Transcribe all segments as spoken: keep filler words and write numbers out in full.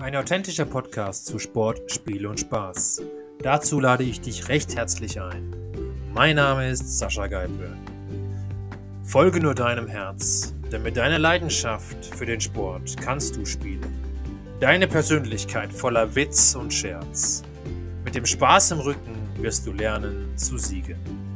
Ein authentischer Podcast zu Sport, Spiel und Spaß. Dazu lade ich dich recht herzlich ein. Mein Name ist Sascha Geipel. Folge nur deinem Herz, denn mit deiner Leidenschaft für den Sport kannst du spielen. Deine Persönlichkeit voller Witz und Scherz. Mit dem Spaß im Rücken wirst du lernen zu siegen.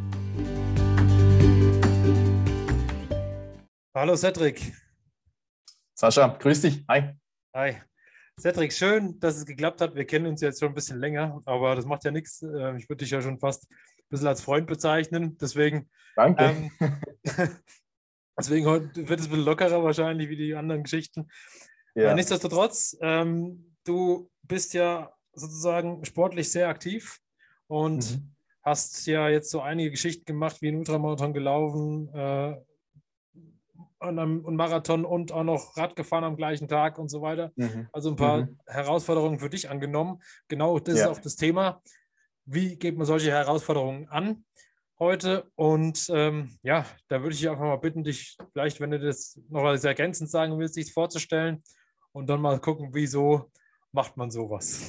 Hallo Cedric. Sascha, grüß dich. Hi. Hi. Cedric, schön, dass es geklappt hat. Wir kennen uns jetzt schon ein bisschen länger, aber das macht ja nichts. Ich würde dich ja schon fast ein bisschen als Freund bezeichnen. Deswegen, Danke. Ähm, deswegen wird es ein bisschen lockerer wahrscheinlich wie die anderen Geschichten. Ja. Äh, nichtsdestotrotz, ähm, du bist ja sozusagen sportlich sehr aktiv und Mhm. hast ja jetzt so einige Geschichten gemacht, wie einen Ultramarathon gelaufen, äh, und einem und Marathon und auch noch Rad gefahren am gleichen Tag und so weiter. Mhm. Also ein paar Mhm. Herausforderungen für dich angenommen. Genau, das Ja. ist auch das Thema. Wie geht man solche Herausforderungen an heute? Und ähm, ja, da würde ich dich einfach mal bitten, dich vielleicht, wenn du das noch was ergänzend sagen willst, dich vorzustellen und dann mal gucken, wieso macht man sowas.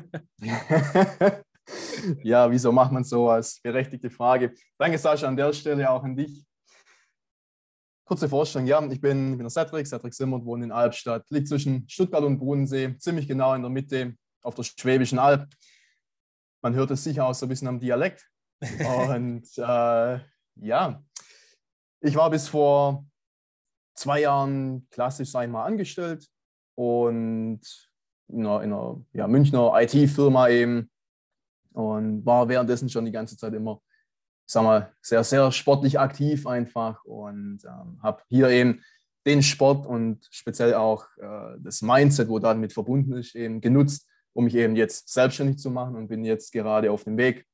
Ja, wieso macht man sowas? Berechtigte Frage. Danke, Sascha, an der Stelle auch an dich. Kurze Vorstellung, ja, ich bin, ich bin der Cedric, Cedric Simmert, wohne in Albstadt, liegt zwischen Stuttgart und Bodensee, ziemlich genau in der Mitte auf der Schwäbischen Alb. Man hört es sicher auch so ein bisschen am Dialekt. Und äh, ja, ich war bis vor zwei Jahren klassisch, sag ich mal, angestellt und in einer, in einer ja, Münchner I T-Firma eben und war währenddessen schon die ganze Zeit immer, sag mal, sehr, sehr sportlich aktiv einfach und ähm, habe hier eben den Sport und speziell auch äh, das Mindset, wo damit verbunden ist, eben genutzt, um mich eben jetzt selbstständig zu machen und bin jetzt gerade auf dem Weg,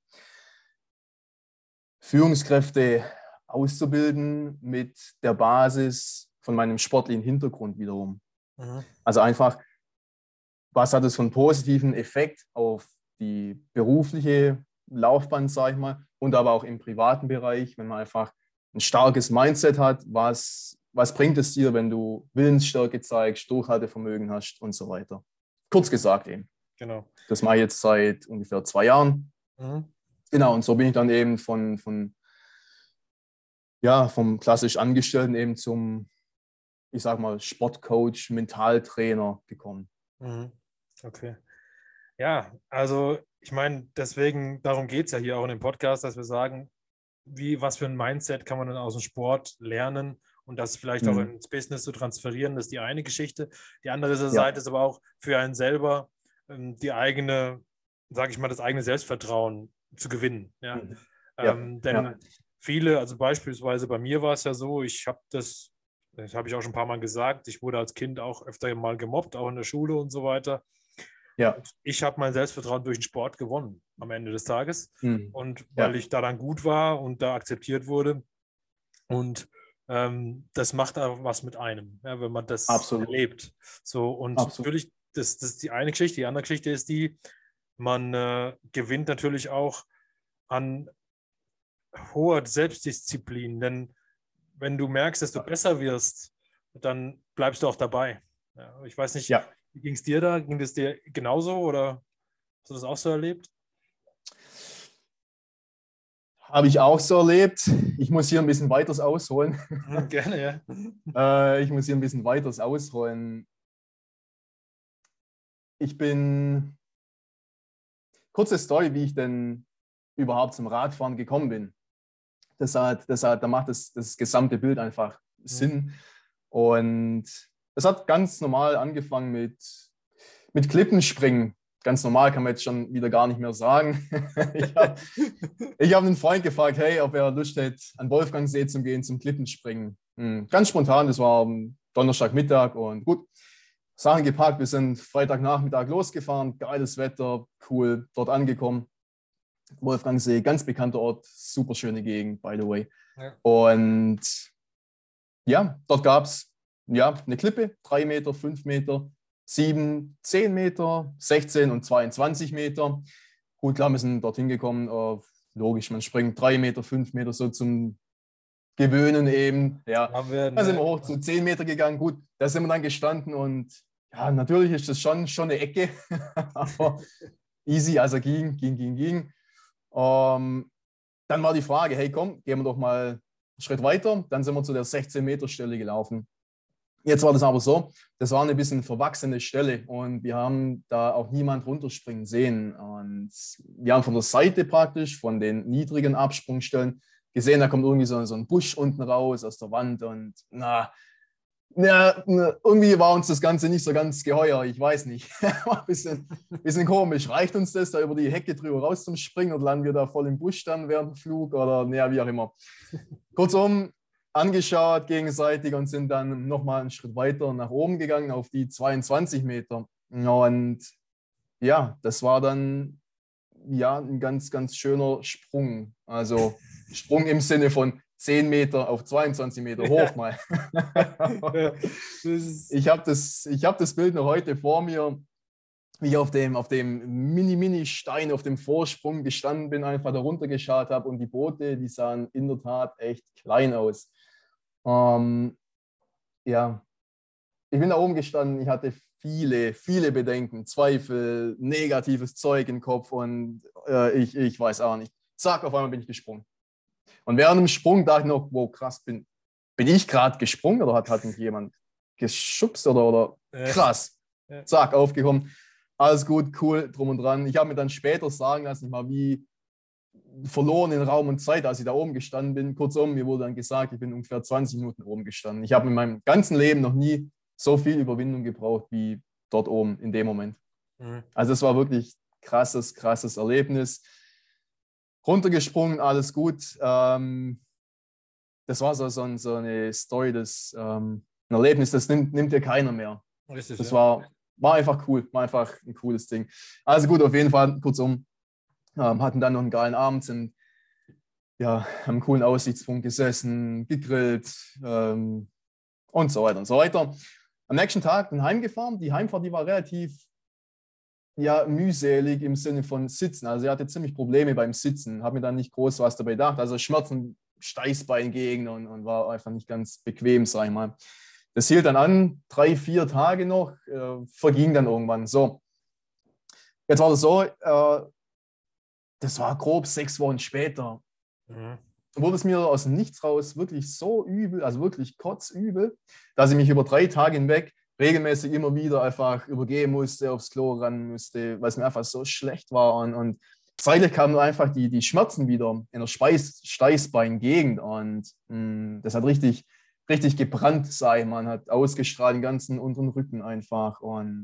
Führungskräfte auszubilden mit der Basis von meinem sportlichen Hintergrund wiederum. Mhm. Also einfach, was hat es für einen positiven Effekt auf die berufliche Laufbahn, sage ich mal, und aber auch im privaten Bereich, wenn man einfach ein starkes Mindset hat, was, was bringt es dir, wenn du Willensstärke zeigst, Durchhaltevermögen hast und so weiter. Kurz gesagt eben. Genau. Das mache ich jetzt seit ungefähr zwei Jahren. Mhm. Genau, und so bin ich dann eben von, von ja, vom klassisch Angestellten eben zum, ich sag mal, Sportcoach, Mentaltrainer gekommen. Mhm. Okay. Ja, also ich meine, deswegen, darum geht es ja hier auch in dem Podcast, dass wir sagen, wie, was für ein Mindset kann man denn aus dem Sport lernen und das vielleicht auch Mhm. ins Business zu transferieren, das ist die eine Geschichte. Die andere Seite Ja. ist aber auch für einen selber ähm, die eigene, sage ich mal, das eigene Selbstvertrauen zu gewinnen. Ja? Mhm. Ja. Ähm, denn Ja. viele, also beispielsweise bei mir war es ja so, ich habe das, das habe ich auch schon ein paar Mal gesagt, ich wurde als Kind auch öfter mal gemobbt, auch in der Schule und so weiter. Ja. Ich habe mein Selbstvertrauen durch den Sport gewonnen am Ende des Tages. Mhm. Und weil Ja. ich da dann gut war und da akzeptiert wurde. Und ähm, das macht auch was mit einem, ja, wenn man das Absolut. erlebt. So, und Absolut. natürlich, das, das ist die eine Geschichte. Die andere Geschichte ist die, man äh, gewinnt natürlich auch an hoher Selbstdisziplin. Denn wenn du merkst, dass du besser wirst, dann bleibst du auch dabei. Ja, ich weiß nicht, Ja. wie ging es dir da? Ging es dir genauso oder hast du das auch so erlebt? Habe ich auch so erlebt. Ich muss hier ein bisschen weiters ausholen. Gerne, ja. äh, ich muss hier ein bisschen weiters ausholen. Ich bin, kurze Story, wie ich denn überhaupt zum Radfahren gekommen bin. Das hat, das hat, da macht das, das gesamte Bild einfach Sinn. Und es hat ganz normal angefangen mit, mit Klippenspringen. Ganz normal kann man jetzt schon wieder gar nicht mehr sagen. Ich habe ich hab einen Freund gefragt, hey, ob er Lust hätte, an Wolfgangsee zu gehen zum Klippenspringen. Ganz spontan, das war am Donnerstagmittag und gut, Sachen gepackt, wir sind Freitagnachmittag losgefahren, geiles Wetter, cool, dort angekommen. Wolfgangsee, ganz bekannter Ort, super schöne Gegend, by the way. Ja. Und ja, dort gab es ja, eine Klippe, drei Meter, fünf Meter, sieben, zehn Meter, sechzehn und zweiundzwanzig Meter. Gut, klar, wir sind dorthin gekommen. Äh, logisch, man springt drei Meter, fünf Meter so zum Gewöhnen eben. Ja, Haben wir, da sind wir ne? hoch zu zehn Meter gegangen. Gut, da sind wir dann gestanden und ja, natürlich ist das schon, schon eine Ecke, aber easy, also ging, ging, ging, ging. Ähm, dann war die Frage, hey komm, gehen wir doch mal einen Schritt weiter. Dann sind wir zu der sechzehn-Meter-Stelle gelaufen. Jetzt war das aber so, das war eine bisschen verwachsene Stelle und wir haben da auch niemand runterspringen sehen. Und wir haben von der Seite praktisch, von den niedrigen Absprungstellen gesehen, da kommt irgendwie so, so ein Busch unten raus aus der Wand und na, na, irgendwie war uns das Ganze nicht so ganz geheuer, ich weiß nicht. War ein bisschen, bisschen komisch. Reicht uns das, da über die Hecke drüber raus zum Springen oder landen wir da voll im Busch dann während dem Flug oder naja, wie auch immer. Kurzum, angeschaut gegenseitig und sind dann nochmal einen Schritt weiter nach oben gegangen auf die zweiundzwanzig Meter. Und ja, das war dann ja ein ganz, ganz schöner Sprung. Also Sprung im Sinne von zehn Meter auf zweiundzwanzig Meter hoch mal. Ich habe das, ich hab das Bild noch heute vor mir, wie ich auf dem, auf dem Mini-Mini-Stein auf dem Vorsprung gestanden bin, einfach da runtergeschaut habe und die Boote, die sahen in der Tat echt klein aus. Ähm, ja, ich bin da oben gestanden, ich hatte viele, viele Bedenken, Zweifel, negatives Zeug im Kopf und äh, ich, ich weiß auch nicht. Zack, auf einmal bin ich gesprungen. Und während dem Sprung dachte ich noch, wow, krass, bin, bin ich gerade gesprungen oder hat, hat mich jemand geschubst oder, oder krass. Zack, aufgekommen. Alles gut, cool, drum und dran. Ich habe mir dann später sagen lassen, ich war wie verloren in Raum und Zeit, als ich da oben gestanden bin. Kurzum, mir wurde dann gesagt, ich bin ungefähr zwanzig Minuten oben gestanden. Ich habe in meinem ganzen Leben noch nie so viel Überwindung gebraucht wie dort oben in dem Moment. Mhm. Also es war wirklich krasses, krasses Erlebnis. Runtergesprungen, alles gut. Ähm, das war so, so, so eine Story, das, ähm, ein Erlebnis, das nimmt, nimmt dir keiner mehr. Richtig, das ja. war, war einfach cool, war einfach ein cooles Ding. Also gut, auf jeden Fall, kurzum, ähm, hatten dann noch einen geilen Abend, sind ja, am coolen Aussichtspunkt gesessen, gegrillt ähm, und so weiter und so weiter. Am nächsten Tag bin heimgefahren. Die Heimfahrt, die war relativ ja, mühselig im Sinne von Sitzen. Also ich hatte ziemlich Probleme beim Sitzen, habe mir dann nicht groß was dabei gedacht. Also Schmerzen, Steißbein gegen und, und war einfach nicht ganz bequem, sag ich mal. Das hielt dann an, drei, vier Tage noch, äh, verging dann irgendwann. So, jetzt war das so, äh, das war grob sechs Wochen später. Mhm. Wurde es mir aus dem Nichts raus wirklich so übel, also wirklich kotzübel, dass ich mich über drei Tage hinweg regelmäßig immer wieder einfach übergehen musste, aufs Klo ran musste, weil es mir einfach so schlecht war. Und, und zeitlich kamen einfach die, die Schmerzen wieder in der Speis, Steißbeingegend. Und mh, das hat richtig, richtig gebrannt, sag ich mal. Man hat ausgestrahlt den ganzen unteren Rücken einfach. Und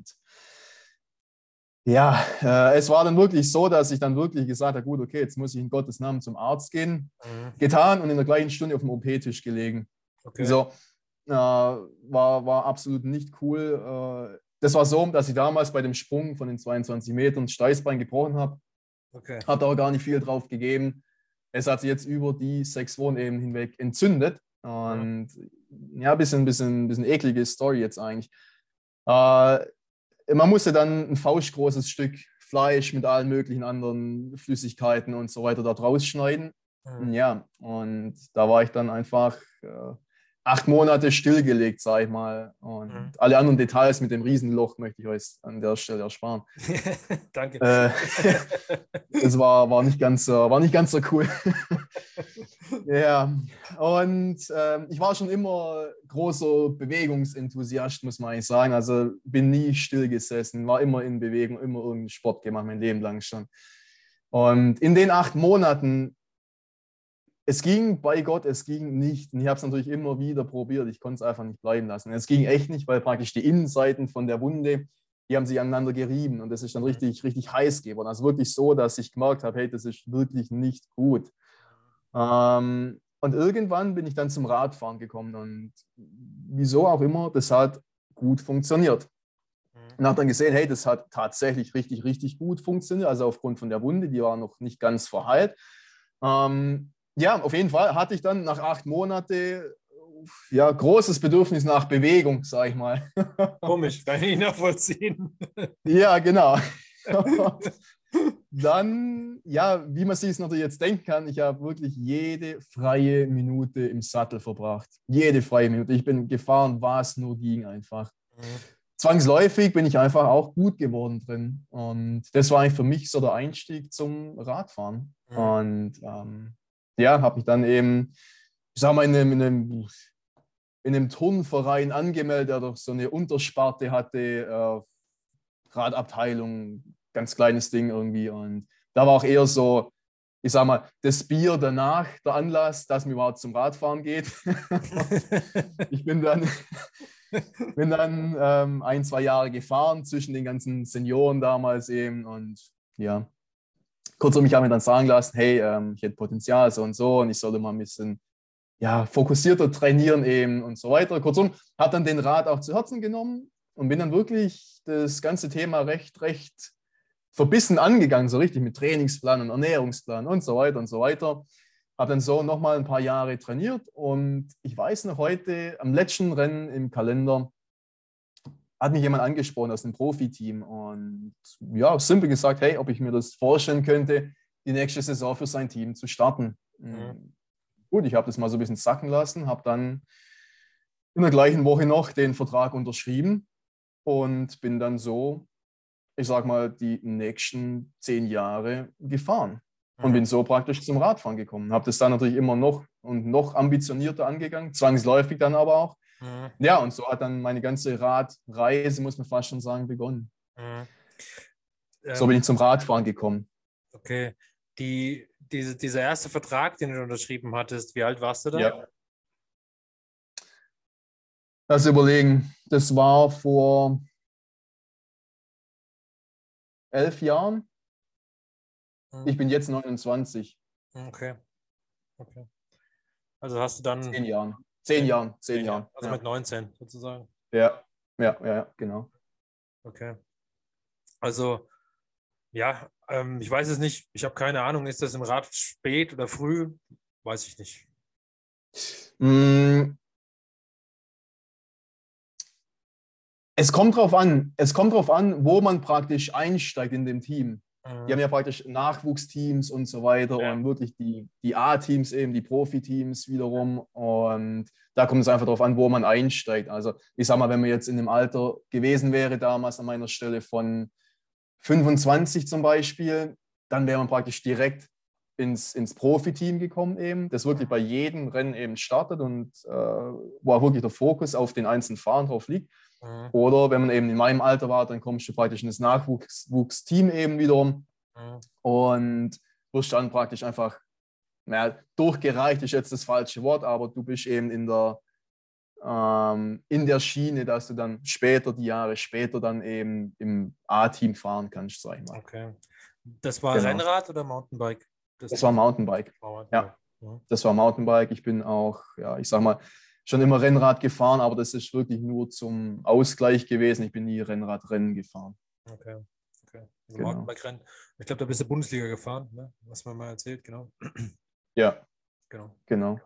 ja, äh, es war dann wirklich so, dass ich dann wirklich gesagt habe, gut, okay, jetzt muss ich in Gottes Namen zum Arzt gehen. Mhm. Getan und in der gleichen Stunde auf dem O P-Tisch gelegen. Okay. So, äh, war, war absolut nicht cool. Äh, das war so, dass ich damals bei dem Sprung von den zweiundzwanzig Metern Steißbein gebrochen habe. Okay. Hat aber gar nicht viel drauf gegeben. Es hat sich jetzt über die sechs Wochen eben hinweg entzündet. Und ja, ja ein bisschen, bisschen, bisschen eklige Story jetzt eigentlich. Äh, Man musste dann ein faustgroßes Stück Fleisch mit allen möglichen anderen Flüssigkeiten und so weiter dort rausschneiden. Mhm. Ja, und da war ich dann einfach äh, acht Monate stillgelegt, sag ich mal. Und mhm. alle anderen Details mit dem Riesenloch möchte ich euch an der Stelle ersparen. Danke. Äh, das war, war, nicht ganz, war nicht ganz so cool. Ja, und äh, ich war schon immer großer Bewegungsenthusiast, muss man eigentlich sagen. Also bin nie still gesessen, war immer in Bewegung, immer irgendeinen Sport gemacht, mein Leben lang schon. Und in den acht Monaten, es ging, bei Gott, es ging nicht. Und ich habe es natürlich immer wieder probiert, ich konnte es einfach nicht bleiben lassen. Es ging echt nicht, weil praktisch die Innenseiten von der Wunde, die haben sich aneinander gerieben und das ist dann richtig, richtig heiß geworden. Also wirklich so, dass ich gemerkt habe, hey, das ist wirklich nicht gut. Ähm, und irgendwann bin ich dann zum Radfahren gekommen und wieso auch immer, das hat gut funktioniert. Und habe dann gesehen, hey, das hat tatsächlich richtig, richtig gut funktioniert, also aufgrund von der Wunde, die war noch nicht ganz verheilt. Ähm, ja, auf jeden Fall hatte ich dann nach acht Monaten ja, großes Bedürfnis nach Bewegung, sage ich mal. Komisch, kann ich nachvollziehen. Ja, genau. Dann, ja, wie man sich es natürlich jetzt denken kann, ich habe wirklich jede freie Minute im Sattel verbracht. Jede freie Minute. Ich bin gefahren, was nur ging einfach. Mhm. zwangsläufig bin ich einfach auch gut geworden drin. Und das war eigentlich für mich so der Einstieg zum Radfahren. Mhm. Und ähm, ja, habe mich dann eben, ich sag mal, in einem, in einem, in einem Turnverein angemeldet, der doch so eine Untersparte hatte, äh, Radabteilung, ganz kleines Ding irgendwie. Und da war auch eher so, ich sag mal, das Bier danach der Anlass, dass mir überhaupt zum Radfahren geht. Ich bin dann, bin dann ähm, ein, zwei Jahre gefahren zwischen den ganzen Senioren damals eben. Und ja, kurzum, ich habe mir dann sagen lassen, hey, ähm, ich hätte Potenzial, so und so, und ich sollte mal ein bisschen ja, fokussierter trainieren eben und so weiter. Kurzum, habe dann den Rat auch zu Herzen genommen und bin dann wirklich das ganze Thema recht, recht verbissen angegangen, so richtig mit Trainingsplan und Ernährungsplan und so weiter und so weiter. Habe dann so nochmal ein paar Jahre trainiert und ich weiß noch heute, am letzten Rennen im Kalender hat mich jemand angesprochen aus dem Profiteam und ja, simpel gesagt, hey, ob ich mir das vorstellen könnte, die nächste Saison für sein Team zu starten. Mhm. Gut, ich habe das mal so ein bisschen sacken lassen, habe dann in der gleichen Woche noch den Vertrag unterschrieben und bin dann so, ich sag mal, die nächsten zehn Jahre gefahren und bin so praktisch zum Radfahren gekommen. Habe das dann natürlich immer noch und noch ambitionierter angegangen, zwangsläufig dann aber auch. Mhm. Ja, und so hat dann meine ganze Radreise, muss man fast schon sagen, begonnen. Mhm. So bin ich zum Radfahren gekommen. Okay. Die, diese, dieser erste Vertrag, den du unterschrieben hattest, wie alt warst du da? Ja. Lass überlegen, das war vor elf Jahren. Mhm. Ich bin jetzt neunundzwanzig. Okay. Okay. Also hast du dann... Zehn Jahren. Zehn, zehn Jahren. Zehn, zehn Jahren. Also ja. Mit neunzehn sozusagen. Ja, ja, ja, genau. Okay. Also, ja, ähm, ich weiß es nicht. Ich habe keine Ahnung. Ist das im Rad spät oder früh? Weiß ich nicht. Mm. Es kommt drauf an. Es kommt drauf an, wo man praktisch einsteigt in dem Team. Die haben ja praktisch Nachwuchsteams und so weiter ja. Und wirklich die, die A-Teams eben, die Profiteams wiederum. Und da kommt es einfach darauf an, wo man einsteigt. Also ich sag mal, wenn man jetzt in dem Alter gewesen wäre, damals an meiner Stelle von fünfundzwanzig zum Beispiel, dann wäre man praktisch direkt ins, ins Profiteam gekommen eben, das wirklich bei jedem Rennen eben startet und äh, wo auch wirklich der Fokus auf den einzelnen Fahrern drauf liegt. Mhm. Oder wenn man eben in meinem Alter war, dann kommst du praktisch in das Nachwuchsteam eben wiederum mhm. und wirst dann praktisch einfach, naja, durchgereicht ist jetzt das falsche Wort, aber du bist eben in der, ähm, in der Schiene, dass du dann später, die Jahre später dann eben im A-Team fahren kannst, sag ich mal. Okay. Das war genau. Rennrad oder Mountainbike? Das, das war Mountainbike. Ja, ja, das war Mountainbike. Ich bin auch, ja, ich sag mal, schon immer Rennrad gefahren, aber das ist wirklich nur zum Ausgleich gewesen. Ich bin nie Rennradrennen gefahren. Okay, okay. Also genau. Mountainbike-Rennen. Ich glaube, da bist du Bundesliga gefahren, ne? Was man mal erzählt, genau. Ja, genau. genau.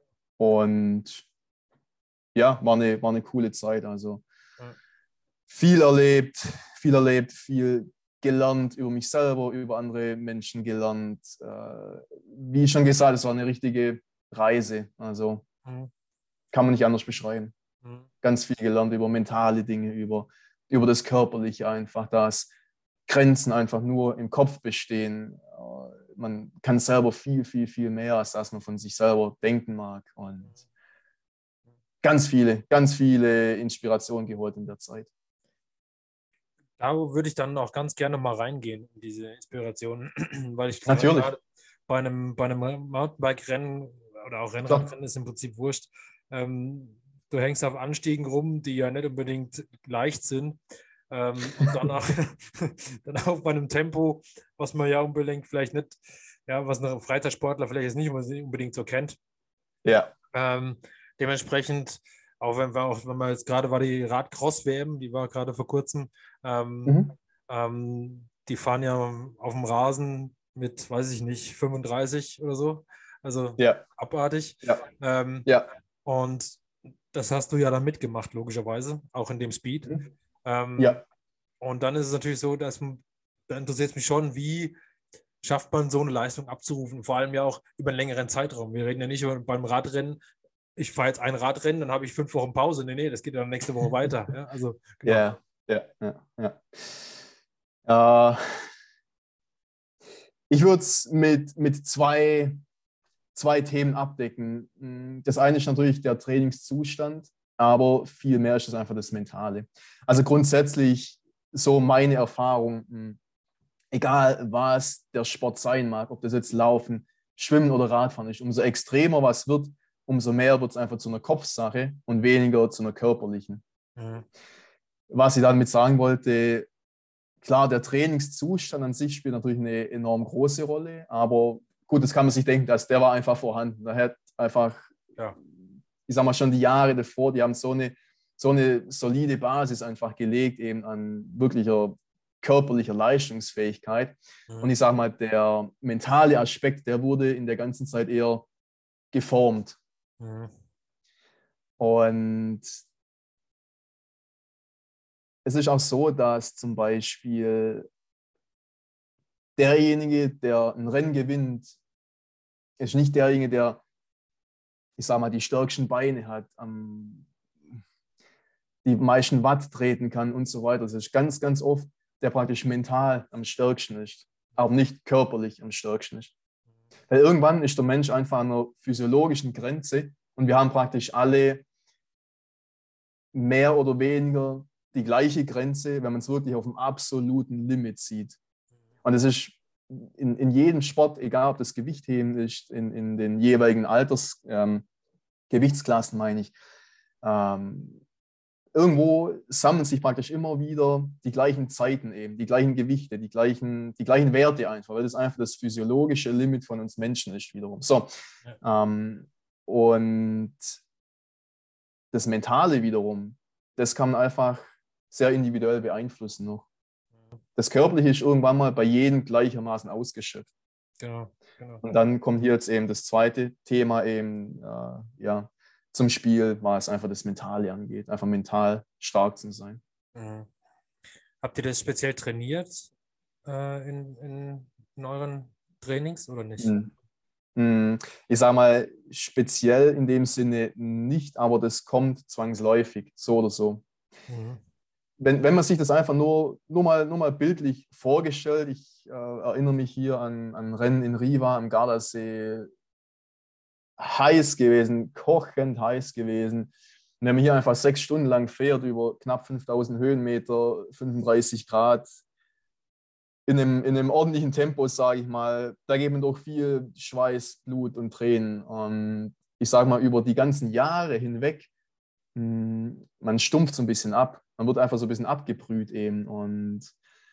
Und ja, war eine, war eine coole Zeit. Also ja. viel erlebt, viel erlebt, viel gelernt über mich selber, über andere Menschen gelernt. Äh, wie schon gesagt, es war eine richtige Reise. Also mhm. kann man nicht anders beschreiben. Mhm. Ganz viel gelernt über mentale Dinge, über, über das Körperliche einfach, dass Grenzen einfach nur im Kopf bestehen. Äh, man kann selber viel, viel, viel mehr, als dass man von sich selber denken mag. Und ganz viele, ganz viele Inspirationen geholt in der Zeit. Da würde ich dann auch ganz gerne mal reingehen in diese Inspiration, weil ich Natürlich. gerade bei einem, bei einem Mountainbike-Rennen oder auch Rennradrennen ist im Prinzip wurscht. Ähm, du hängst auf Anstiegen rum, die ja nicht unbedingt leicht sind. Ähm, und dann auch, dann auch bei einem Tempo, was man ja unbedingt vielleicht nicht, ja, was ein Freizeitsportler vielleicht jetzt nicht unbedingt so kennt. Ja. Ähm, dementsprechend, auch wenn wir auch, wenn man jetzt gerade war die Radcross-W M, die war gerade vor kurzem, ähm, mhm. ähm, die fahren ja auf dem Rasen mit, weiß ich nicht, fünfunddreißig oder so. Also ja. abartig. Ja. Ähm, ja. Und das hast du ja dann mitgemacht, logischerweise, auch in dem Speed. Mhm. Ähm, ja. Und dann ist es natürlich so, dass da interessiert es mich schon, wie schafft man so eine Leistung abzurufen, vor allem ja auch über einen längeren Zeitraum. Wir reden ja nicht über, beim Radrennen, ich fahre jetzt ein Radrennen, dann habe ich fünf Wochen Pause. Nee, nee, das geht dann nächste Woche weiter. Ja, also, genau. Ja, ja, ja. ja. Äh, ich würde es mit, mit zwei, zwei Themen abdecken. Das eine ist natürlich der Trainingszustand, aber viel mehr ist es einfach das Mentale. Also grundsätzlich so meine Erfahrung, egal was der Sport sein mag, ob das jetzt Laufen, Schwimmen oder Radfahren ist, umso extremer was wird, umso mehr wird es einfach zu einer Kopfsache und weniger zu einer körperlichen. Mhm. Was ich damit sagen wollte, klar, der Trainingszustand an sich spielt natürlich eine enorm große Rolle, aber gut, das kann man sich denken, dass der war einfach vorhanden. Da hat einfach, ja. ich sag mal schon die Jahre davor, die haben so eine, so eine solide Basis einfach gelegt, eben an wirklicher körperlicher Leistungsfähigkeit. Mhm. Und ich sage mal, der mentale Aspekt, der wurde in der ganzen Zeit eher geformt. Mhm. Und es ist auch so, dass zum Beispiel derjenige, der ein Rennen gewinnt, ist nicht derjenige, der, ich sage mal, die stärksten Beine hat, am, die meisten Watt treten kann und so weiter. Das ist ganz, ganz oft der praktisch mental am stärksten ist, aber nicht körperlich am stärksten ist. Weil irgendwann ist der Mensch einfach an einer physiologischen Grenze und wir haben praktisch alle mehr oder weniger die gleiche Grenze, wenn man es wirklich auf dem absoluten Limit sieht. Und es ist in, in jedem Sport, egal ob das Gewichtheben ist, in, in den jeweiligen Alters, ähm, Gewichtsklassen meine ich, ähm, irgendwo sammeln sich praktisch immer wieder die gleichen Zeiten eben, die gleichen Gewichte, die gleichen, die gleichen Werte einfach, weil das einfach das physiologische Limit von uns Menschen ist wiederum. So, ja. ähm, und das Mentale wiederum, das kann man einfach sehr individuell beeinflussen noch. Das Körperliche ist irgendwann mal bei jedem gleichermaßen ausgeschöpft. Genau, genau. Und dann kommt hier jetzt eben das zweite Thema eben, äh, ja, zum Spiel, was einfach das Mentale angeht, einfach mental stark zu sein. Mhm. Habt ihr das speziell trainiert äh, in, in, in euren Trainings oder nicht? Mhm. Ich sage mal, speziell in dem Sinne nicht, aber das kommt zwangsläufig, so oder so. Mhm. Wenn, wenn man sich das einfach nur, nur, mal, nur mal bildlich vorgestellt, ich äh, erinnere mich hier an ein Rennen in Riva am Gardasee, heiß gewesen, kochend heiß gewesen. Und wenn man hier einfach sechs Stunden lang fährt, über knapp fünftausend Höhenmeter, fünfunddreißig Grad, in einem, in einem ordentlichen Tempo, sage ich mal, da geht man doch viel Schweiß, Blut und Tränen. Und ich sage mal, über die ganzen Jahre hinweg, mh, man stumpft so ein bisschen ab. Man wird einfach so ein bisschen abgebrüht eben. Und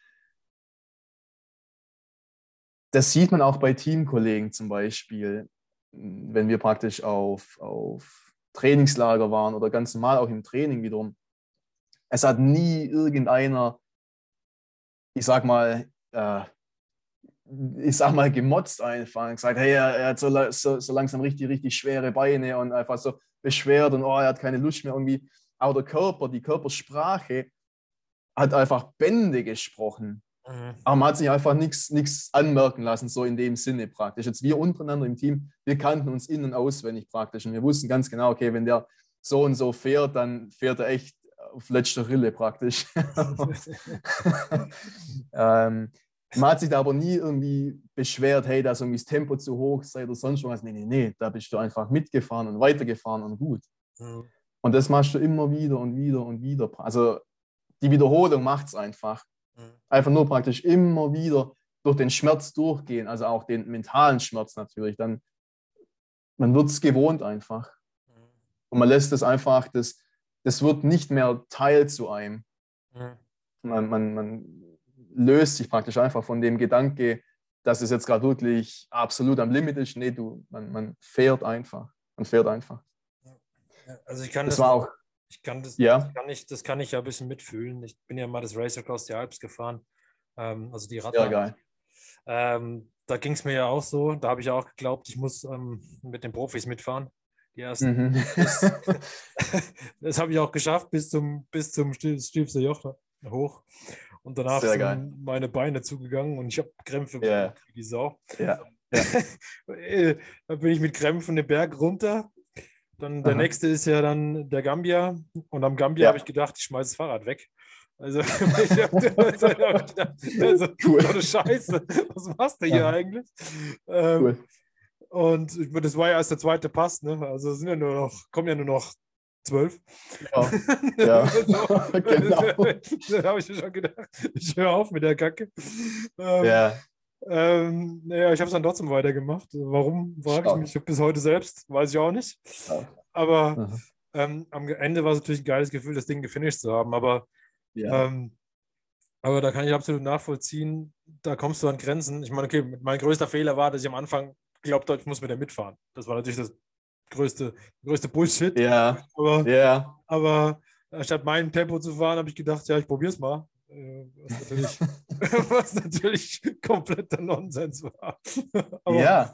das sieht man auch bei Teamkollegen zum Beispiel, wenn wir praktisch auf, auf Trainingslager waren oder ganz normal auch im Training wiederum. Es hat nie irgendeiner, ich sag mal, äh, ich sag mal, gemotzt einfach und gesagt, hey, er, er hat so, so, so langsam richtig, richtig schwere Beine und einfach so beschwert und oh, er hat keine Lust mehr irgendwie. Aber der Körper, die Körpersprache hat einfach Bände gesprochen. Mhm. Aber man hat sich einfach nichts anmerken lassen, so in dem Sinne praktisch. Jetzt wir untereinander im Team, wir kannten uns in- und auswendig praktisch und wir wussten ganz genau, okay, wenn der so und so fährt, dann fährt er echt auf letzter Rille praktisch. ähm, man hat sich da aber nie irgendwie beschwert, hey, da ist irgendwie das Tempo zu hoch sei oder sonst was. Nee, nee, nee, da bist du einfach mitgefahren und weitergefahren und gut. Mhm. Und das machst du immer wieder und wieder und wieder. Also die Wiederholung macht es einfach. Mhm. Einfach nur praktisch immer wieder durch den Schmerz durchgehen, also auch den mentalen Schmerz natürlich. Dann, man wird es gewohnt einfach. Mhm. Und man lässt es einfach, das, das wird nicht mehr Teil zu einem. Mhm. Man, man, man löst sich praktisch einfach von dem Gedanke, dass es jetzt gerade wirklich absolut am Limit ist. Nee, du, man, man fährt einfach. Man fährt einfach. Also ich kann das, das war auch, ich kann das, ja. das, kann ich, das kann ich ja ein bisschen mitfühlen. Ich bin ja mal das Race Across the Alps gefahren, ähm, also die Radbahn. Ja, geil. Ähm, da ging es mir ja auch so, da habe ich auch geglaubt, ich muss ähm, mit den Profis mitfahren. Die ersten. Mhm. Das, das habe ich auch geschafft bis zum, bis zum Stiefser Joch hoch. Und danach Sehr sind geil. meine Beine zugegangen und ich habe Krämpfe yeah. wie die Sau. Ja. Ja. Da bin ich mit Krämpfen den Berg runter. Dann der Aha. nächste ist ja dann der Gambia. Und am Gambia Ja. habe ich gedacht, ich schmeiße das Fahrrad weg. Also, ich habe gedacht, also, Cool. oh, du Scheiße, was machst du hier Ja. eigentlich? Ähm, Cool. Und ich- das war ja erst der zweite Pass, ne? Also sind ja nur noch, kommen ja nur noch zwölf. Ja, ja. So. Genau. Dann habe ich mir schon gedacht, ich höre auf mit der Kacke. Ähm, Ja, ähm, naja, ich habe es dann trotzdem weitergemacht. Warum, frage ich stark. mich bis heute selbst, weiß ich auch nicht. Stark. Aber Aha. ähm, am Ende war es natürlich ein geiles Gefühl, das Ding gefinisht zu haben. Aber, Ja. ähm, aber da kann ich absolut nachvollziehen, da kommst du an Grenzen. Ich meine, okay, mein größter Fehler war, dass ich am Anfang glaubt habe, ich muss mit der mitfahren. Das war natürlich das größte, größte Bullshit. Ja, Aber, ja. aber statt meinem Tempo zu fahren, habe ich gedacht, ja, ich probiere es mal. Äh, Was natürlich, was natürlich kompletter Nonsens war. Aber Ja,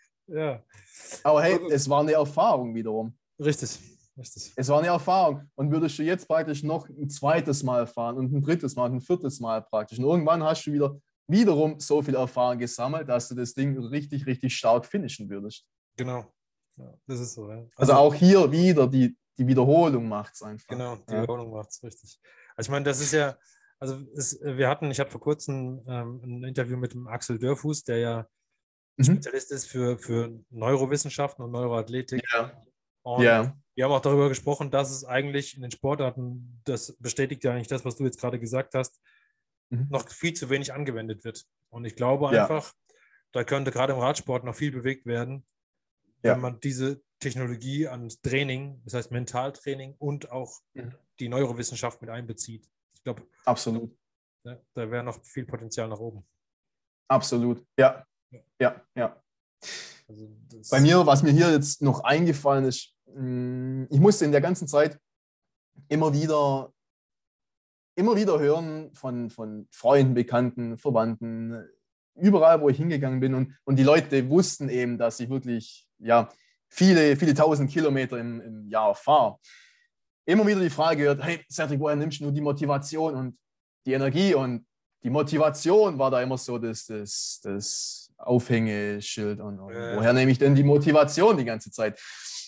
ja, aber hey, es war eine Erfahrung wiederum. richtig, richtig. Es war eine Erfahrung. Und würdest du jetzt praktisch noch ein zweites Mal fahren und ein drittes Mal und ein viertes Mal praktisch. Und irgendwann hast du wieder wiederum so viel Erfahrung gesammelt, dass du das Ding richtig, richtig stark finishen würdest. Genau. Ja, das ist so. Ja. Also, Also, auch hier wieder die, die Wiederholung macht es einfach. genau, die Ja. Wiederholung macht es richtig. Also ich meine, das ist ja, also es, wir hatten, ich hatte vor kurzem ähm, ein Interview mit dem Axel Dörfuß, der ja Mhm. Spezialist ist für, für Neurowissenschaften und Neuroathletik. Ja. Und Ja. wir haben auch darüber gesprochen, dass es eigentlich in den Sportarten, das bestätigt ja eigentlich das, was du jetzt gerade gesagt hast, Mhm. noch viel zu wenig angewendet wird. Und ich glaube Ja. einfach, da könnte gerade im Radsport noch viel bewegt werden, Ja. wenn man diese Technologie ans Training, das heißt Mentaltraining und auch Mhm. die Neurowissenschaft mit einbezieht. Ich glaube, Absolut. ja, da wäre noch viel Potenzial nach oben. Absolut. Ja. Ja. Ja. Also das, Bei mir, was mir hier jetzt noch eingefallen ist, mh, ich musste in der ganzen Zeit immer wieder, immer wieder hören von, von Freunden, Bekannten, Verwandten, überall, wo ich hingegangen bin. Und, und die Leute wussten eben, dass ich wirklich ja, viele, viele tausend Kilometer im, im Jahr fahre. Immer wieder die Frage gehört, hey Cedric, woher nimmst du die Motivation und die Energie? Und die Motivation war da immer so das, das, das Aufhängeschild. Und, und Ja. woher nehme ich denn die Motivation die ganze Zeit?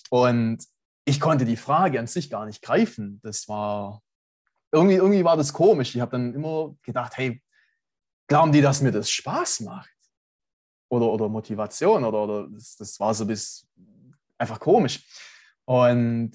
Und ich konnte die Frage an sich gar nicht greifen. Das war, irgendwie, irgendwie war das komisch. Ich habe dann immer gedacht, hey, glauben die, dass mir das Spaß macht? Oder, oder Motivation? Oder, oder das, das war so bis einfach komisch. Und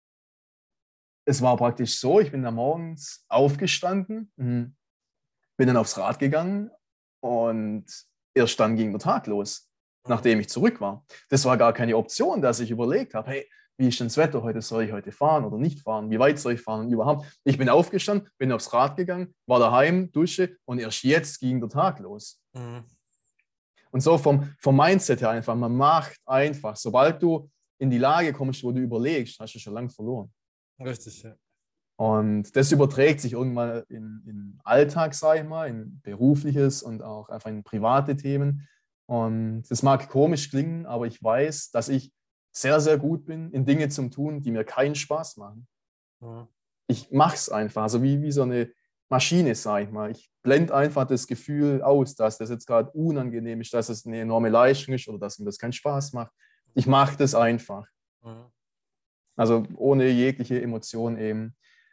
es war praktisch so, ich bin da morgens aufgestanden, bin dann aufs Rad gegangen und erst dann ging der Tag los, nachdem ich zurück war. Das war gar keine Option, dass ich überlegt habe, hey, wie ist denn das Wetter heute? Soll ich heute fahren oder nicht fahren? Wie weit soll ich fahren und überhaupt? Ich bin aufgestanden, bin aufs Rad gegangen, war daheim, Dusche und erst jetzt ging der Tag los. Mhm. Und so vom, vom Mindset her einfach, man macht einfach, sobald du in die Lage kommst, wo du überlegst, hast du schon lange verloren. Richtig, ja. Und das überträgt sich irgendwann in, in Alltag, sage ich mal, in berufliches und auch einfach in private Themen. Und das mag komisch klingen, aber ich weiß, dass ich sehr, sehr gut bin, in Dinge zu tun, die mir keinen Spaß machen. Mhm. Ich mache es einfach, also wie, wie so eine Maschine, sage ich mal. Ich blende einfach das Gefühl aus, dass das jetzt gerade unangenehm ist, dass es eine enorme Leistung ist oder dass mir das keinen Spaß macht. Ich mache das einfach. Mhm. Also ohne jegliche Emotion eben.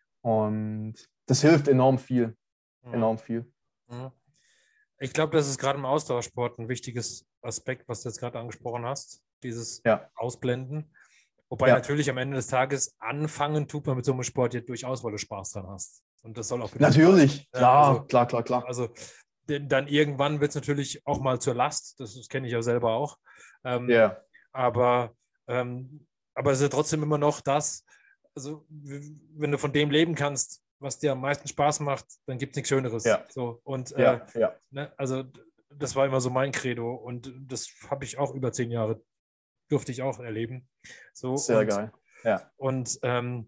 Und das hilft enorm viel. Mhm. Enorm viel. Mhm. Ich glaube, das ist gerade im Ausdauersport ein wichtiges Aspekt, was du jetzt gerade angesprochen hast, dieses Ja. Ausblenden. Wobei Ja. natürlich am Ende des Tages anfangen tut man mit so einem Sport ja durchaus, weil du Spaß dran hast. Und das soll auch bitte Natürlich, Ja, klar, also- klar, klar, klar. Also denn dann irgendwann wird es natürlich auch mal zur Last, das, das kenne ich ja selber auch. Ähm, Ja, Aber, ähm, aber es ist ja trotzdem immer noch das, also w- wenn du von dem leben kannst, was dir am meisten Spaß macht, dann gibt es nichts Schöneres. Ja. So, und ja, äh, ja. ne, also d- das war immer so mein Credo und das habe ich auch über zehn Jahre, durfte ich auch erleben. So, Sehr und, geil. Ja. Und, ähm,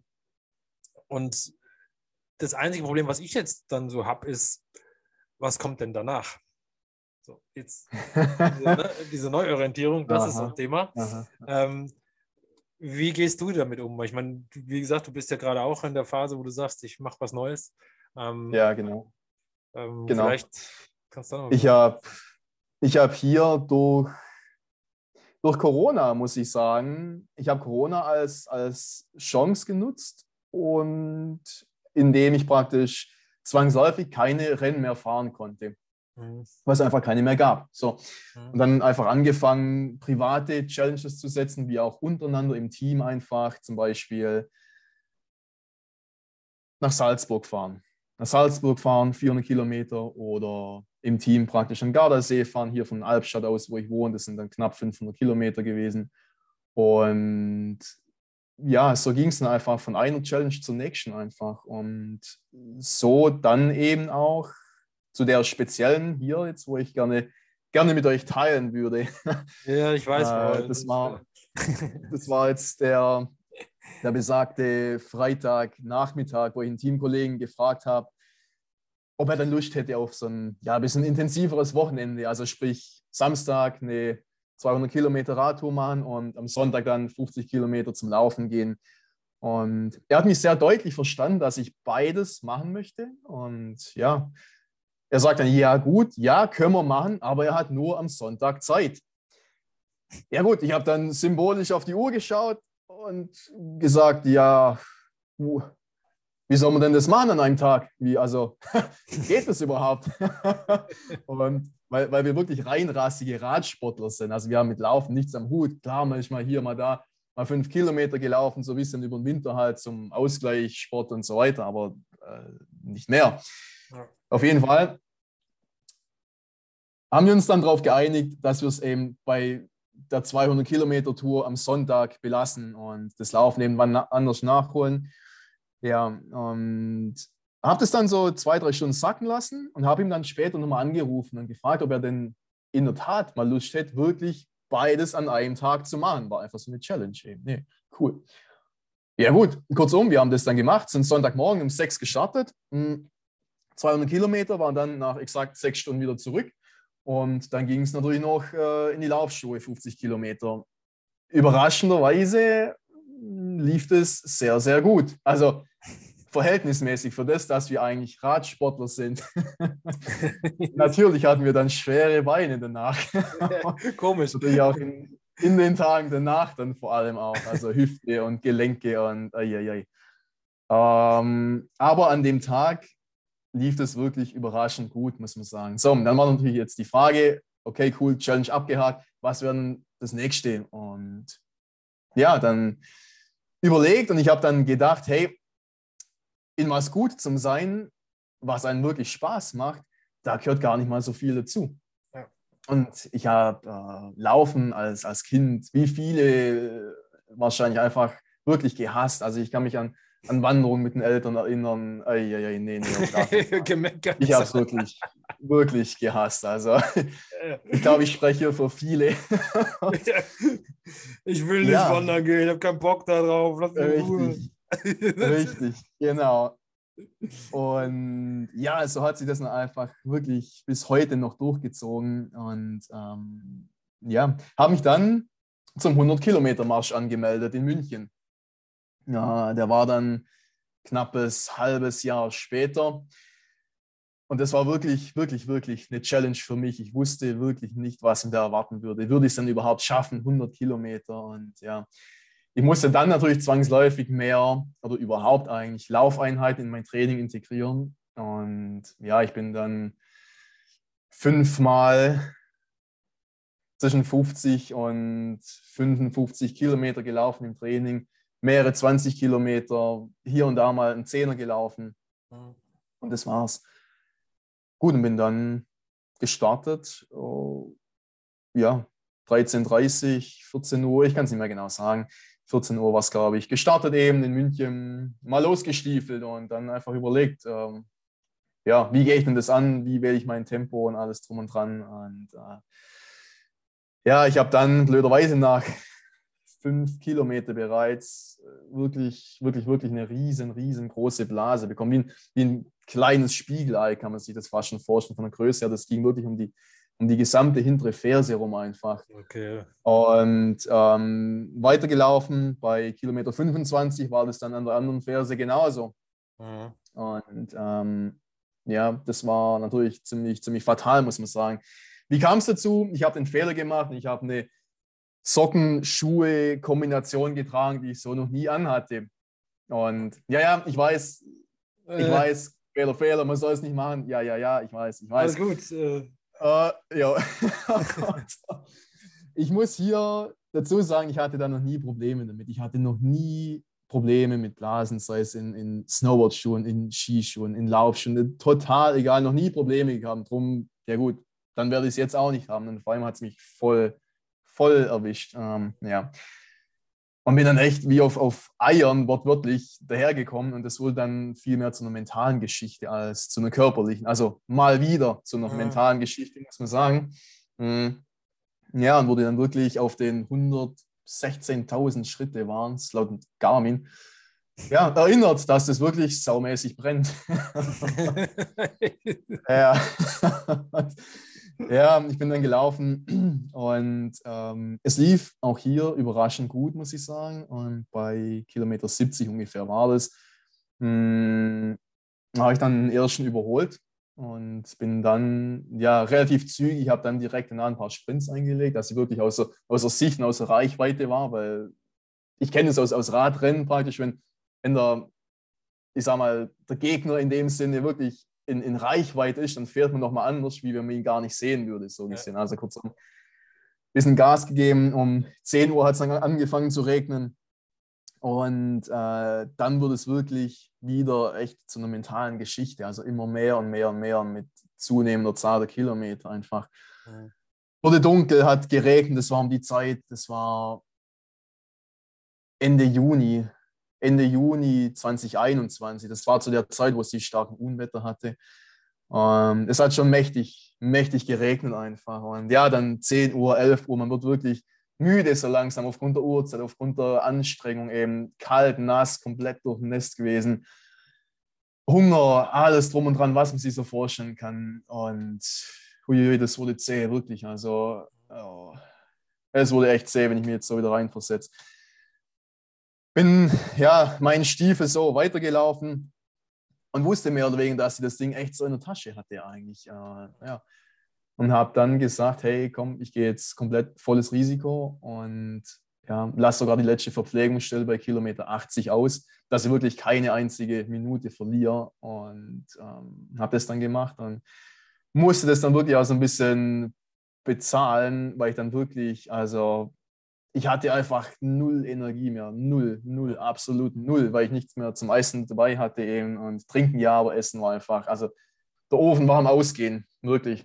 und das einzige Problem, was ich jetzt dann so habe, ist, was kommt denn danach? So, jetzt diese, ne, diese Neuorientierung, das ist so Aha. ein Thema. Aha. Ähm, wie gehst du damit um? Ich meine, du- wie gesagt, du bist ja gerade auch in der Phase, wo du sagst, ich mache was Neues. Ähm, Ja, genau. ähm, genau. Vielleicht kannst du da noch Ich habe ich hab hier durch, durch Corona muss ich sagen, ich habe Corona als, als Chance genutzt und indem ich praktisch zwangsläufig keine Rennen mehr fahren konnte, Mhm. weil es einfach keine mehr gab. So. Mhm. Und dann einfach angefangen, private Challenges zu setzen, wie auch untereinander im Team einfach, zum Beispiel nach Salzburg fahren. Nach Salzburg fahren, vierhundert Kilometer oder im Team praktisch an Gardasee fahren, hier von Albstadt aus, wo ich wohne. Das sind dann knapp fünfhundert Kilometer gewesen. Und ja, so ging es dann einfach von einer Challenge zur nächsten einfach. Und so dann eben auch zu der speziellen hier jetzt, wo ich gerne, gerne mit euch teilen würde. Ja, ich weiß. Äh, das, war, das war jetzt der, der besagte Freitagnachmittag, wo ich einen Teamkollegen gefragt habe, ob er dann Lust hätte auf so ein ja, bisschen intensiveres Wochenende. Also sprich Samstag eine zweihundert Kilometer Radtour machen und am Sonntag dann fünfzig Kilometer zum Laufen gehen. Und er hat mich sehr deutlich verstanden, dass ich beides machen möchte. Und ja, er sagt dann, ja gut, ja, können wir machen, aber er hat nur am Sonntag Zeit. Ja gut, ich habe dann symbolisch auf die Uhr geschaut und gesagt, ja, wie soll man denn das machen an einem Tag? Wie, also, geht das überhaupt? Und weil, weil wir wirklich reinrassige Radsportler sind. Also wir haben mit Laufen nichts am Hut. Klar, manchmal hier, mal da, mal fünf Kilometer gelaufen, so ein bisschen über den Winter halt zum Ausgleich, Sport und so weiter, aber äh, nicht mehr. Ja. Auf jeden Fall haben wir uns dann darauf geeinigt, dass wir es eben bei der zweihundert Kilometer Tour am Sonntag belassen und das Laufen irgendwann na- anders nachholen. Ja, und habe das dann so zwei, drei Stunden sacken lassen und habe ihm dann später nochmal angerufen und gefragt, ob er denn in der Tat mal Lust hätte, wirklich beides an einem Tag zu machen. War einfach so eine Challenge eben. Nee, cool. Ja gut, kurzum, wir haben das dann gemacht, sind Sonntagmorgen um sechs gestartet, zweihundert Kilometer, waren dann nach exakt sechs Stunden wieder zurück und dann ging es natürlich noch äh, in die Laufschuhe, fünfzig Kilometer. Überraschenderweise lief es sehr, sehr gut. Also verhältnismäßig für das, dass wir eigentlich Radsportler sind. Natürlich hatten wir dann schwere Beine danach. Komisch. Natürlich auch in, in den Tagen danach dann vor allem auch. Also Hüfte und Gelenke und ai, ai, ai. Ähm, aber an dem Tag lief es wirklich überraschend gut, muss man sagen. So, und dann war natürlich jetzt die Frage, okay, cool, Challenge abgehakt, was wäre denn das nächste? Und ja, dann überlegt und ich habe dann gedacht, hey, in was gut zum Sein, was einen wirklich Spaß macht, da gehört gar nicht mal so viel dazu. Ja. Und ich habe äh, Laufen als, als Kind, wie viele, äh, wahrscheinlich einfach wirklich gehasst. Also ich kann mich an, an Wanderungen mit den Eltern erinnern. Ei, ei, ei, nee, nee, ich habe es wirklich, wirklich gehasst. Also ich glaube, ich spreche für viele. Ich will nicht ja. wandern gehen, ich habe keinen Bock darauf. Lass mich in Ruhe. Richtig, richtig, genau. Und ja, so hat sich das dann einfach wirklich bis heute noch durchgezogen. Und ähm, ja, habe mich dann zum hundert-Kilometer-Marsch angemeldet in München. Ja, der war dann knappes halbes Jahr später. Und das war wirklich, wirklich, wirklich eine Challenge für mich. Ich wusste wirklich nicht, was mich da erwarten würde. Würde ich es dann überhaupt schaffen, hundert Kilometer? Und ja, ich musste dann natürlich zwangsläufig mehr oder überhaupt eigentlich Laufeinheiten in mein Training integrieren. Und ja, ich bin dann fünfmal zwischen fünfzig und fünfundfünfzig Kilometer gelaufen im Training, mehrere zwanzig Kilometer, hier und da mal einen Zehner gelaufen. Und das war's. Gut, und bin dann gestartet, oh, ja, dreizehn Uhr dreißig, vierzehn Uhr, ich kann es nicht mehr genau sagen, vierzehn Uhr war es, glaube ich, gestartet eben in München, mal losgestiefelt und dann einfach überlegt, ähm, ja, wie gehe ich denn das an, wie wähle ich mein Tempo und alles drum und dran. Und äh, ja, ich habe dann blöderweise nach fünf Kilometer bereits wirklich, wirklich, wirklich eine riesen, riesengroße Blase bekommen, wie ein, wie ein kleines Spiegelei, kann man sich das fast schon vorstellen, von der Größe her. Das ging wirklich um die, um die gesamte hintere Ferse rum einfach. Okay. Und ähm, weitergelaufen, bei Kilometer fünfundzwanzig war das dann an der anderen Ferse genauso. Mhm. Und ähm, ja, das war natürlich ziemlich, ziemlich fatal, muss man sagen. Wie kam es dazu? Ich habe den Fehler gemacht, ich habe eine Socken, Schuhe, Kombination getragen, die ich so noch nie anhatte. Und ja, ja, ich weiß, ich Äh, weiß, Fehler, Fehler, man soll es nicht machen. Ja, ja, ja, ich weiß, ich weiß. alles gut. Äh, Äh, ja. Ich muss hier dazu sagen, ich hatte da noch nie Probleme damit. Ich hatte noch nie Probleme mit Blasen, sei es in, in Snowboard-Schuhen, in Skischuhen, in Laufschuhen. Total egal, noch nie Probleme gehabt. Drum, ja gut, dann werde ich es jetzt auch nicht haben. Und vor allem hat es mich voll, voll erwischt. Ähm, ja. Und bin dann echt wie auf, auf Eiern wortwörtlich dahergekommen und das wurde dann viel mehr zu einer mentalen Geschichte als zu einer körperlichen. Also mal wieder zu einer äh, mentalen Geschichte, muss man sagen. Mhm. Ja, und wurde dann wirklich auf den hundertsechzehntausend Schritte waren es laut Garmin, ja, erinnert, dass das wirklich saumäßig brennt. Ja. Ja, ich bin dann gelaufen und ähm, es lief auch hier überraschend gut, muss ich sagen. Und bei Kilometer siebzig ungefähr war das. Hm, habe ich dann den ersten überholt und bin dann ja relativ zügig, ich habe dann direkt danach ein paar Sprints eingelegt, dass ich wirklich außer, außer Sicht und außer Reichweite war, weil ich kenne es aus, aus Radrennen praktisch, wenn, wenn der, ich sag mal, der Gegner in dem Sinne wirklich in, in Reichweite ist, dann fährt man nochmal anders, wie wenn man ihn gar nicht sehen würde, so ja. gesehen. Also kurz ein bisschen Gas gegeben, um zehn Uhr hat es dann angefangen zu regnen. Und äh, dann wird es wirklich wieder echt zu einer mentalen Geschichte. Also immer mehr und mehr und mehr mit zunehmender Zahl der Kilometer einfach. Mhm. Wurde dunkel, hat geregnet, das war um die Zeit, das war Ende Juni, Ende Juni zwanzig einundzwanzig. Das war zu der Zeit, wo es die starken Unwetter hatte. Ähm, es hat schon mächtig, mächtig geregnet einfach. Und ja, dann zehn Uhr, elf Uhr, man wird wirklich müde so langsam aufgrund der Uhrzeit, aufgrund der Anstrengung eben. Kalt, nass, komplett durchnässt gewesen. Hunger, alles drum und dran, was man sich so vorstellen kann. Und huiui, das wurde zäh, wirklich. Also, oh, es wurde echt zäh, wenn ich mich jetzt so wieder reinversetze. Bin, ja, meinen Stiefel so weitergelaufen und wusste mehr oder weniger, dass sie das Ding echt so in der Tasche hatte eigentlich. Äh, ja. Und habe dann gesagt, hey, komm, ich gehe jetzt komplett volles Risiko und ja, lasse sogar die letzte Verpflegungsstelle bei Kilometer achtzig aus, dass ich wirklich keine einzige Minute verliere und ähm, habe das dann gemacht und musste das dann wirklich auch so ein bisschen bezahlen, weil ich dann wirklich, also ich hatte einfach null Energie mehr, null, null, absolut null, weil ich nichts mehr zum Essen dabei hatte eben und trinken ja, aber Essen war einfach, also der Ofen war am Ausgehen, wirklich.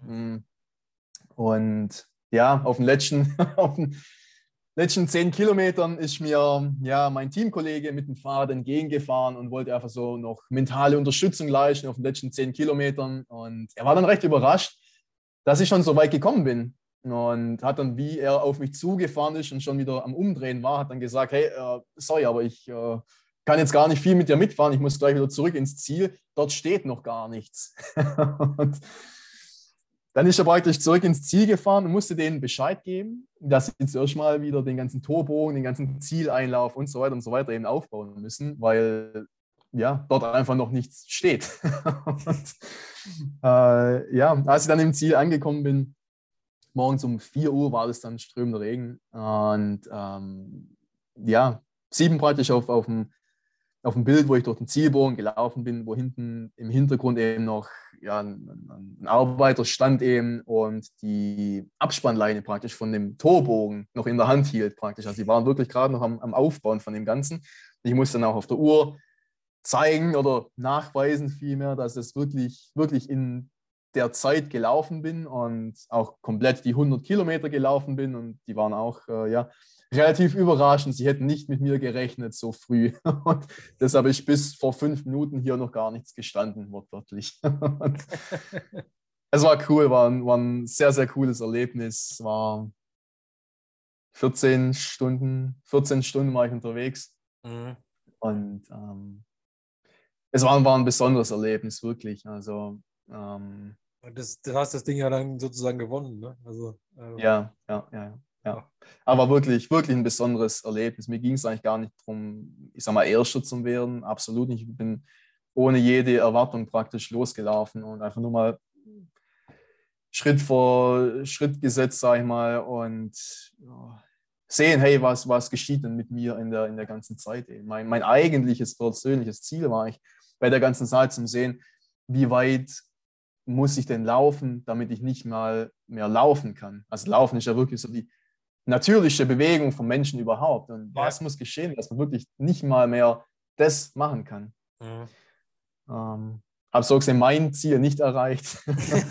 Und ja, auf den letzten, auf den letzten zehn Kilometern ist mir ja mein Teamkollege mit dem Fahrrad entgegengefahren und wollte einfach so noch mentale Unterstützung leisten auf den letzten zehn Kilometern. Und er war dann recht überrascht, dass ich schon so weit gekommen bin. Und hat dann, wie er auf mich zugefahren ist und schon wieder am Umdrehen war, hat dann gesagt, hey, äh, sorry, aber ich äh, kann jetzt gar nicht viel mit dir mitfahren, ich muss gleich wieder zurück ins Ziel, dort steht noch gar nichts. Und dann ist er praktisch zurück ins Ziel gefahren und musste denen Bescheid geben, dass sie jetzt erstmal wieder den ganzen Torbogen, den ganzen Zieleinlauf und so weiter und so weiter eben aufbauen müssen, weil ja, dort einfach noch nichts steht. Und, äh, ja, als ich dann im Ziel angekommen bin, morgens um vier Uhr war das dann strömender Regen. Und ähm, ja, sieben praktisch auf, auf, dem, auf dem Bild, wo ich durch den Zielbogen gelaufen bin, wo hinten im Hintergrund eben noch ja, ein, ein Arbeiter stand eben und die Abspannleine praktisch von dem Torbogen noch in der Hand hielt praktisch. Also die waren wirklich gerade noch am, am Aufbauen von dem Ganzen. Ich musste dann auch auf der Uhr zeigen oder nachweisen vielmehr, dass es wirklich, wirklich in der Zeit gelaufen bin und auch komplett die hundert Kilometer gelaufen bin und die waren auch äh, ja, relativ überraschend. Sie hätten nicht mit mir gerechnet so früh und deshalb ist bis vor fünf Minuten hier noch gar nichts gestanden, wortwörtlich. Es war cool, war ein, war ein sehr, sehr cooles Erlebnis. Es war vierzehn Stunden, vierzehn Stunden war ich unterwegs Mhm. und ähm, es war, war ein besonderes Erlebnis, wirklich. Also ähm, Und das, du hast das Ding ja dann sozusagen gewonnen, ne? Also, äh, ja, ja, ja, ja. ja. Aber wirklich, wirklich ein besonderes Erlebnis. Mir ging es eigentlich gar nicht darum, ich sag mal, Erster zu werden. Absolut nicht. Ich bin ohne jede Erwartung praktisch losgelaufen und einfach nur mal Schritt vor Schritt gesetzt, sag ich mal. Und ja, sehen, hey, was, was geschieht denn mit mir in der, in der ganzen Zeit? Mein, mein eigentliches persönliches Ziel war ich bei der ganzen Zeit zum Sehen, wie weit muss ich denn laufen, damit ich nicht mal mehr laufen kann. Also Laufen ist ja wirklich so die natürliche Bewegung von Menschen überhaupt. Und Ja. was muss geschehen, dass man wirklich nicht mal mehr das machen kann? Mhm. Ähm, habe so gesehen mein Ziel nicht erreicht.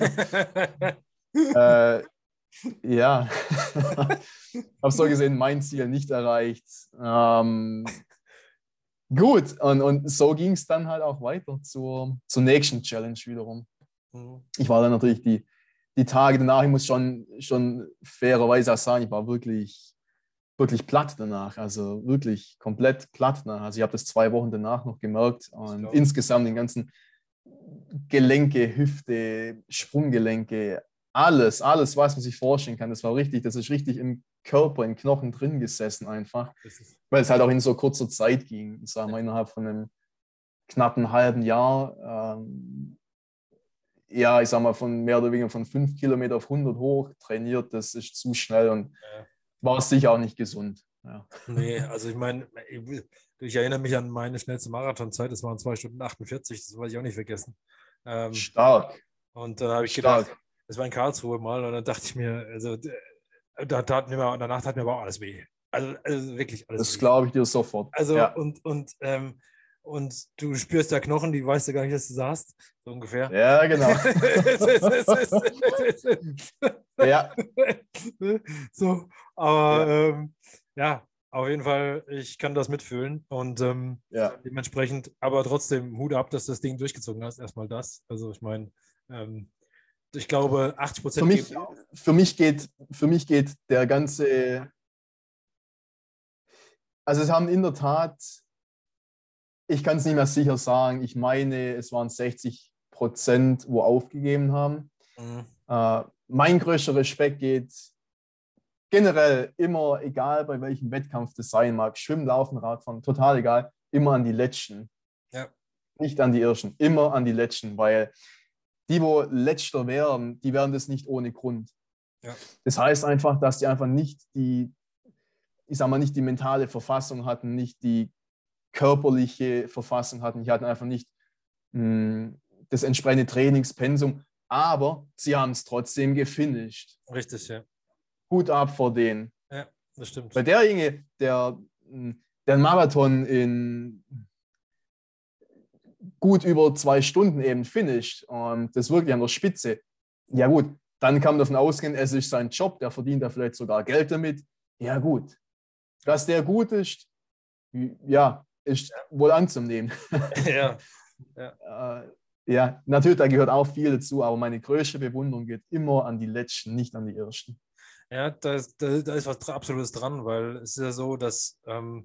äh, ja, habe so gesehen mein Ziel nicht erreicht. Ähm, gut, und, und so ging es dann halt auch weiter zur, zur nächsten Challenge wiederum. Mhm. Ich war dann natürlich die, die Tage danach, ich muss schon, schon fairerweise auch sagen, ich war wirklich, wirklich platt danach, also wirklich komplett platt danach. Also ich habe das zwei Wochen danach noch gemerkt und insgesamt den ganzen Gelenke, Hüfte, Sprunggelenke, alles, alles, was man sich vorstellen kann, das war richtig, das ist richtig im Körper, im Knochen drin gesessen einfach, weil es halt auch in so kurzer Zeit ging. Ich sage mal, innerhalb von einem knappen halben Jahr, ähm, ja, ich sag mal, von mehr oder weniger von fünf Kilometer auf hundert hoch trainiert, das ist zu schnell und Ja. war sicher auch nicht gesund. Ja. Nee, also ich meine, ich, ich erinnere mich an meine schnellste Marathonzeit, das waren zwei Stunden achtundvierzig, das weiß ich auch nicht vergessen. Ähm, Stark. Und dann habe ich Stark. gedacht, das war in Karlsruhe mal, und dann dachte ich mir, also da tat mir, danach tat mir aber auch alles weh. Also, also wirklich alles Das weh. glaube ich dir sofort. Also ja. und, und, ähm, und du spürst ja Knochen, die weißt du gar nicht, dass du sie hast, so ungefähr. Ja, genau. ja. So, aber Ja. ähm, ja, auf jeden Fall, ich kann das mitfühlen und ähm, ja. dementsprechend, aber trotzdem Hut ab, dass du das Ding durchgezogen hast, erstmal das. Also ich meine, ähm, ich glaube, achtzig Prozent. Für mich, für, mich geht, für mich geht der ganze, also es haben in der Tat, ich kann es nicht mehr sicher sagen, ich meine, es waren sechzig Prozent, wo aufgegeben haben. Mhm. Äh, mein größter Respekt geht generell immer, egal bei welchem Wettkampf das sein mag, Schwimmen, Laufen, Radfahren, total egal, immer an die Letzten. Ja. Nicht an die Ersten, immer an die Letzten, weil die, wo Letzter werden, die werden das nicht ohne Grund. Ja. Das heißt einfach, dass die einfach nicht die, ich sag mal, nicht die mentale Verfassung hatten, nicht die körperliche Verfassung hatten, die hatten einfach nicht mh, das entsprechende Trainingspensum, aber sie haben es trotzdem gefinisht. Richtig, ja. Hut ab vor denen. Ja, das stimmt. Bei derjenige, der, der Marathon in gut über zwei Stunden eben finisht und das wirklich an der Spitze, ja gut, dann kann man davon ausgehen, es ist sein Job, der verdient da vielleicht sogar Geld damit. Ja gut, dass der gut ist, ja, ist wohl anzunehmen. Ja. Ja. äh, ja, natürlich, da gehört auch viel dazu, aber meine größte Bewunderung geht immer an die Letzten, nicht an die Ersten. Ja, da ist, da, da ist was Absolutes dran, weil es ist ja so, dass, ähm,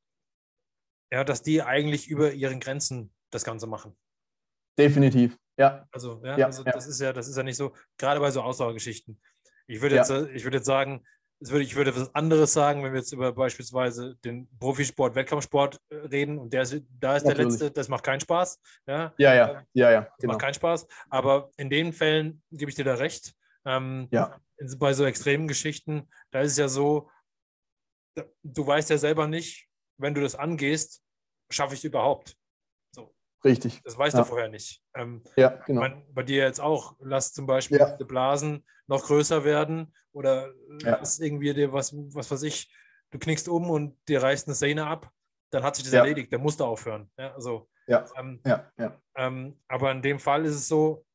ja, dass die eigentlich über ihren Grenzen das Ganze machen. Definitiv, ja. Also, ja, ja, also ja. das ist ja, das ist ja nicht so, gerade bei so Ausdauergeschichten. Ich würde jetzt, ja. ich würde jetzt sagen, es würde, ich würde was anderes sagen, wenn wir jetzt über beispielsweise den Profisport, Wettkampfsport reden und der ist, da ist Natürlich. der letzte, das macht keinen Spaß. Ja, ja, ja, ja, ja das genau. macht keinen Spaß. Aber in den Fällen gebe ich dir da recht. Ähm, ja. Bei so extremen Geschichten, da ist es ja so, du weißt ja selber nicht, wenn du das angehst, schaffe ich es überhaupt. So. Richtig. Das weißt ja. du vorher nicht. Ähm, ja, genau. Man, bei dir jetzt auch, lass zum Beispiel ja. die Blasen noch größer werden oder ja. lass irgendwie dir was, was weiß ich, du knickst um und dir reißt eine Sehne ab, dann hat sich das ja. erledigt, dann musst du aufhören. Ja, also, ja. Ähm, ja. Ja. Ähm, aber in dem Fall ist es so,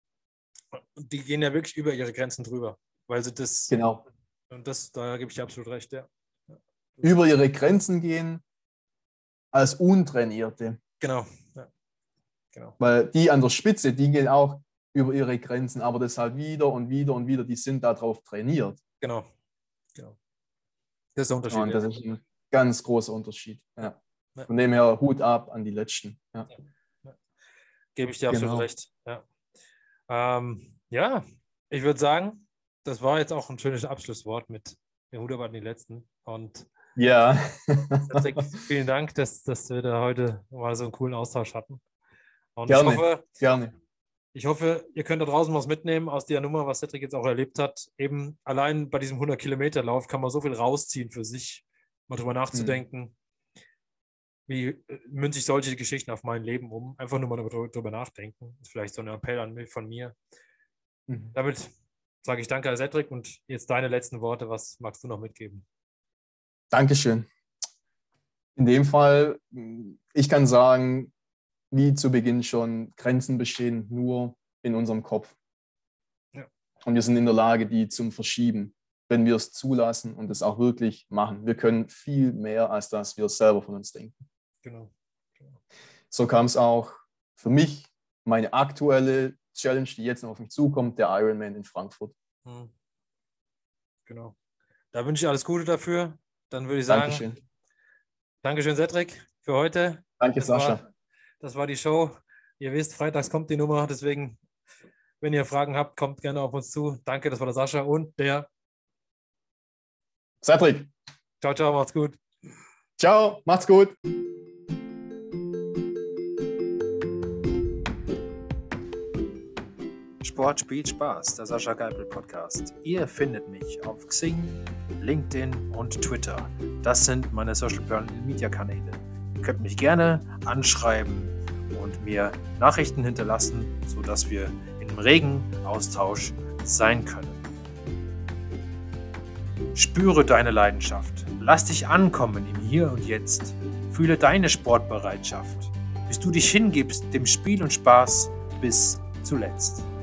die gehen ja wirklich über ihre Grenzen drüber, weil sie das, genau. Und das, da gebe ich dir absolut recht, ja. Über ihre Grenzen gehen als Untrainierte. Genau. Ja. Genau. Weil die an der Spitze, die gehen auch über ihre Grenzen, aber das halt wieder und wieder und wieder, die sind darauf trainiert. Genau. Genau. Das ist der Unterschied. Und das ja. ist ein ganz großer Unterschied. Ja. Ja. Von dem her Hut ab an die Letzten. Ja. Ja. Ja. Gebe ich dir absolut genau. recht. Ja. Ähm, ja, ich würde sagen, das war jetzt auch ein schönes Abschlusswort mit dem Hut ab an die Letzten. Und ja. Patrick, vielen Dank, dass, dass wir da heute mal so einen coolen Austausch hatten. Und gerne, ich hoffe, gerne. Ich hoffe, ihr könnt da draußen was mitnehmen aus der Nummer, was Cedric jetzt auch erlebt hat. Eben allein bei diesem hundert-Kilometer-Lauf kann man so viel rausziehen für sich, mal drüber nachzudenken. Hm. Wie äh, münze ich solche Geschichten auf mein Leben um? Einfach nur mal drüber, drüber nachdenken. Das ist vielleicht so ein Appell an mich, von mir. Mhm. Damit sage ich danke an Cedric und jetzt deine letzten Worte. Was magst du noch mitgeben? Dankeschön. In dem Fall, ich kann sagen, wie zu Beginn schon, Grenzen bestehen nur in unserem Kopf. Ja. Und wir sind in der Lage, die zum Verschieben, wenn wir es zulassen und es auch wirklich machen. Wir können viel mehr, als das wir selber von uns denken. Genau. Genau. So kam es auch für mich, meine aktuelle Challenge, die jetzt noch auf mich zukommt, der Ironman in Frankfurt. Hm. Genau. Da wünsche ich alles Gute dafür. Dann würde ich sagen, Dankeschön. Dankeschön, Cedric, für heute. Danke, das Sascha. War, das war die Show. Ihr wisst, freitags kommt die Nummer. Deswegen, wenn ihr Fragen habt, kommt gerne auf uns zu. Danke, das war der Sascha und der Cedric. Ciao, ciao, macht's gut. Ciao, macht's gut. Sport spielt Spaß, der Sascha Geipel Podcast. Ihr findet mich auf Xing, LinkedIn und Twitter. Das sind meine Social Media Kanäle. Ihr könnt mich gerne anschreiben und mir Nachrichten hinterlassen, sodass wir in regen Austausch sein können. Spüre deine Leidenschaft. Lass dich ankommen im Hier und Jetzt. Fühle deine Sportbereitschaft, bis du dich hingibst dem Spiel und Spaß bis zuletzt.